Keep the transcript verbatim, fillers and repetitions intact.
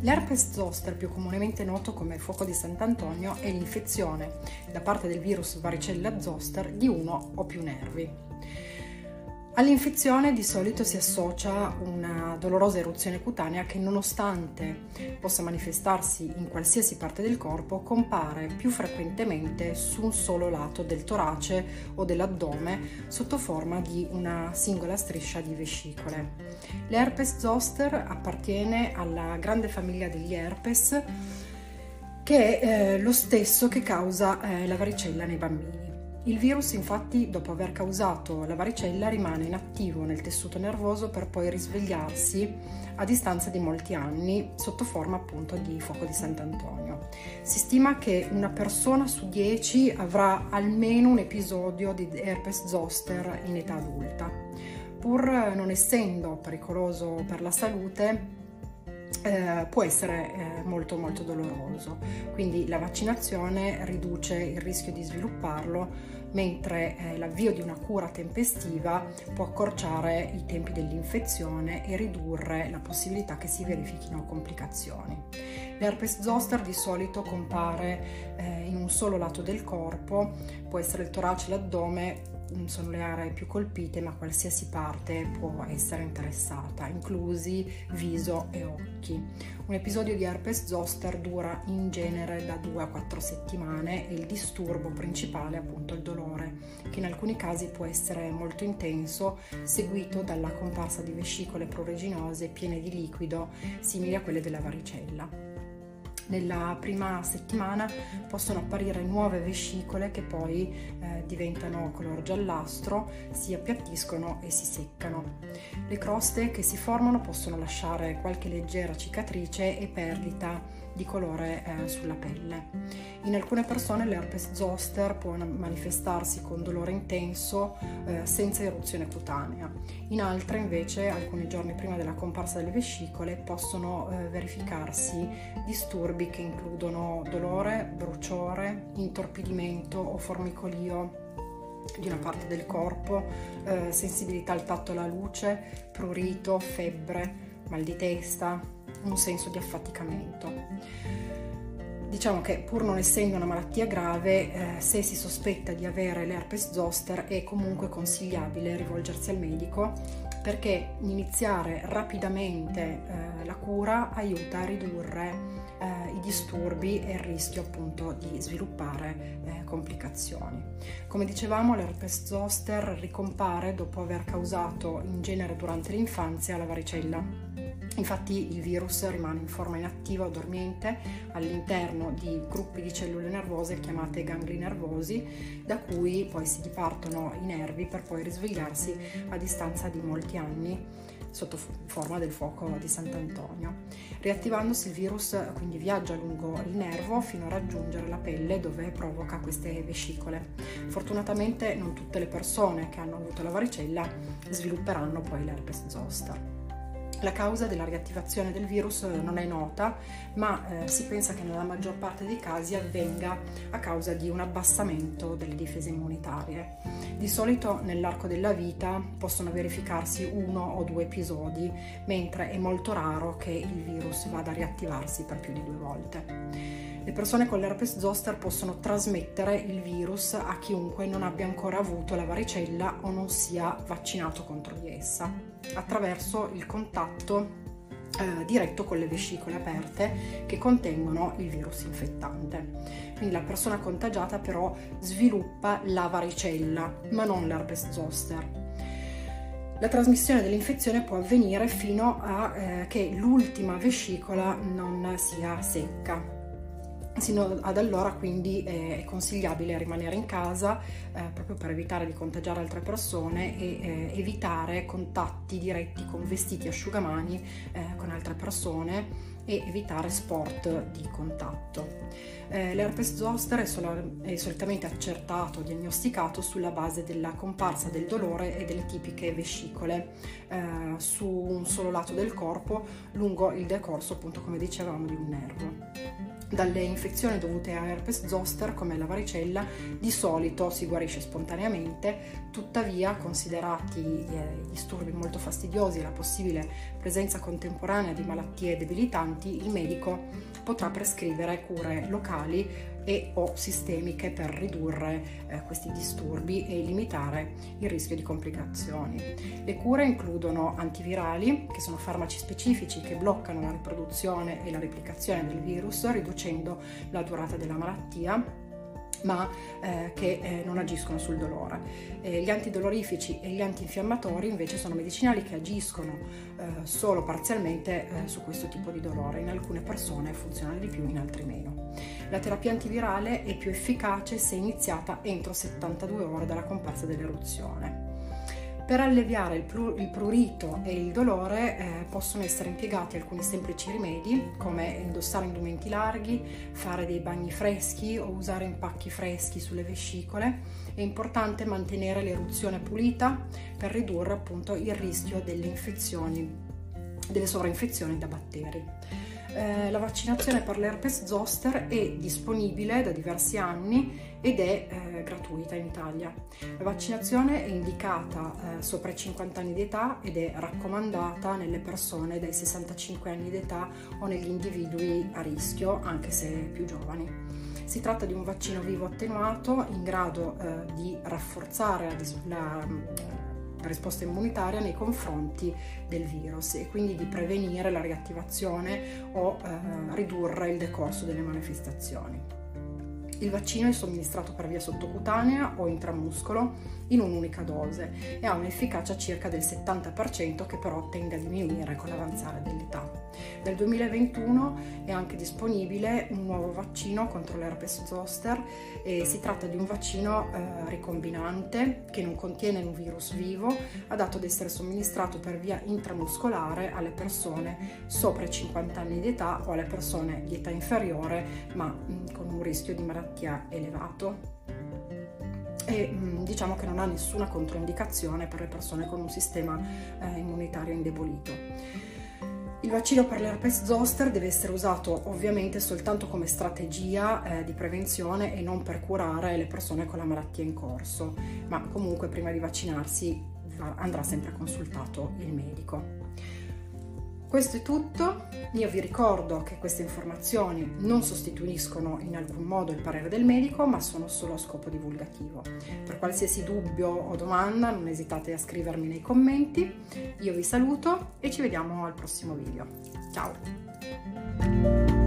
L'herpes zoster, più comunemente noto come fuoco di Sant'Antonio, è l'infezione da parte del virus varicella zoster di uno o più nervi. All'infezione di solito si associa una dolorosa eruzione cutanea che, nonostante possa manifestarsi in qualsiasi parte del corpo, compare più frequentemente su un solo lato del torace o dell'addome sotto forma di una singola striscia di vescicole. L'herpes zoster appartiene alla grande famiglia degli herpes, che è eh, lo stesso che causa eh, la varicella nei bambini. Il virus, infatti, dopo aver causato la varicella, rimane inattivo nel tessuto nervoso per poi risvegliarsi a distanza di molti anni sotto forma appunto di fuoco di Sant'Antonio. Si stima che una persona su dieci avrà almeno un episodio di herpes zoster in età adulta. Pur non essendo pericoloso per la salute, Eh, può essere eh, molto molto doloroso, quindi la vaccinazione riduce il rischio di svilupparlo, mentre eh, l'avvio di una cura tempestiva può accorciare i tempi dell'infezione e ridurre la possibilità che si verifichino complicazioni. L'herpes zoster di solito compare eh, in un solo lato del corpo, può essere il torace e l'addome, sono le aree più colpite, ma qualsiasi parte può essere interessata, inclusi viso e occhi. Un episodio di herpes zoster dura in genere da due a quattro settimane e il disturbo principale è appunto il dolore, che in alcuni casi può essere molto intenso, seguito dalla comparsa di vescicole pruriginose piene di liquido simili a quelle della varicella. Nella prima settimana possono apparire nuove vescicole che poi eh, diventano color giallastro, si appiattiscono e si seccano. Le croste che si formano possono lasciare qualche leggera cicatrice e perdita di colore eh, sulla pelle. In alcune persone l'herpes zoster può manifestarsi con dolore intenso eh, senza eruzione cutanea. In altre invece, alcuni giorni prima della comparsa delle vescicole, possono eh, verificarsi disturbi che includono dolore, bruciore, intorpidimento o formicolio di una parte del corpo, eh, sensibilità al tatto e alla luce, prurito, febbre, mal di testa, un senso di affaticamento. Diciamo che, pur non essendo una malattia grave, eh, se si sospetta di avere l'herpes zoster è comunque consigliabile rivolgersi al medico, perché iniziare rapidamente eh, la cura aiuta a ridurre eh, i disturbi e il rischio appunto di sviluppare eh, complicazioni. Come dicevamo, l'herpes zoster ricompare dopo aver causato, in genere durante l'infanzia, la varicella. Infatti il virus rimane in forma inattiva o dormiente all'interno di gruppi di cellule nervose chiamate gangli nervosi, da cui poi si dipartono i nervi per poi risvegliarsi a distanza di molti anni sotto forma del fuoco di Sant'Antonio. Riattivandosi, il virus quindi viaggia lungo il nervo fino a raggiungere la pelle, dove provoca queste vescicole. Fortunatamente non tutte le persone che hanno avuto la varicella svilupperanno poi l'herpes zoster. La causa della riattivazione del virus non è nota, ma eh, si pensa che nella maggior parte dei casi avvenga a causa di un abbassamento delle difese immunitarie. Di solito nell'arco della vita possono verificarsi uno o due episodi, mentre è molto raro che il virus vada a riattivarsi per più di due volte. Le persone con l'herpes zoster possono trasmettere il virus a chiunque non abbia ancora avuto la varicella o non sia vaccinato contro di essa, attraverso il contatto eh, diretto con le vescicole aperte che contengono il virus infettante. Quindi la persona contagiata però sviluppa la varicella, ma non l'herpes zoster. La trasmissione dell'infezione può avvenire fino a eh, che l'ultima vescicola non sia secca. Sino ad allora quindi è consigliabile rimanere in casa eh, proprio per evitare di contagiare altre persone e eh, evitare contatti diretti con vestiti, asciugamani eh, con altre persone e evitare sport di contatto. Eh, l'herpes zoster è, solo, è solitamente accertato, diagnosticato sulla base della comparsa del dolore e delle tipiche vescicole eh, su un solo lato del corpo lungo il decorso, appunto come dicevamo, di un nervo. Dalle infezioni dovute a herpes zoster, come la varicella, di solito si guarisce spontaneamente, tuttavia, considerati eh, i disturbi molto fastidiosi e la possibile presenza contemporanea di malattie debilitanti, il medico potrà prescrivere cure locali e o sistemiche per ridurre eh, questi disturbi e limitare il rischio di complicazioni. Le cure includono antivirali, che sono farmaci specifici che bloccano la riproduzione e la replicazione del virus, riducendo la durata della malattia, ma eh, che eh, non agiscono sul dolore. Eh, gli antidolorifici e gli antinfiammatori invece sono medicinali che agiscono eh, solo parzialmente eh, su questo tipo di dolore. In alcune persone funzionano di più, in altre meno. La terapia antivirale è più efficace se iniziata entro settantadue ore dalla comparsa dell'eruzione. Per alleviare il, pru- il prurito e il dolore eh, possono essere impiegati alcuni semplici rimedi, come indossare indumenti larghi, fare dei bagni freschi o usare impacchi freschi sulle vescicole. È importante mantenere l'eruzione pulita per ridurre appunto il rischio delle infezioni, delle sovrainfezioni da batteri. Eh, la vaccinazione per l'herpes zoster è disponibile da diversi anni ed è eh, gratuita in Italia. La vaccinazione è indicata eh, sopra i cinquanta anni di età ed è raccomandata nelle persone dai sessantacinque anni di età o negli individui a rischio, anche se più giovani. Si tratta di un vaccino vivo attenuato in grado eh, di rafforzare la, la la risposta immunitaria nei confronti del virus e quindi di prevenire la riattivazione o eh, ridurre il decorso delle manifestazioni. Il vaccino è somministrato per via sottocutanea o intramuscolo in un'unica dose e ha un'efficacia circa del settanta per cento, che però tende a diminuire con l'avanzare dell'età. Dal duemilaventuno è anche disponibile un nuovo vaccino contro l'herpes zoster e si tratta di un vaccino eh, ricombinante che non contiene un virus vivo, adatto ad essere somministrato per via intramuscolare alle persone sopra i cinquanta anni di età o alle persone di età inferiore ma mh, con un rischio di malattia elevato. E mh, diciamo che non ha nessuna controindicazione per le persone con un sistema eh, immunitario indebolito. Il vaccino per l'herpes zoster deve essere usato ovviamente soltanto come strategia eh, di prevenzione e non per curare le persone con la malattia in corso, ma comunque prima di vaccinarsi andrà sempre consultato il medico. Questo è tutto. Io vi ricordo che queste informazioni non sostituiscono in alcun modo il parere del medico, ma sono solo a scopo divulgativo. Per qualsiasi dubbio o domanda non esitate a scrivermi nei commenti. Io vi saluto e ci vediamo al prossimo video. Ciao!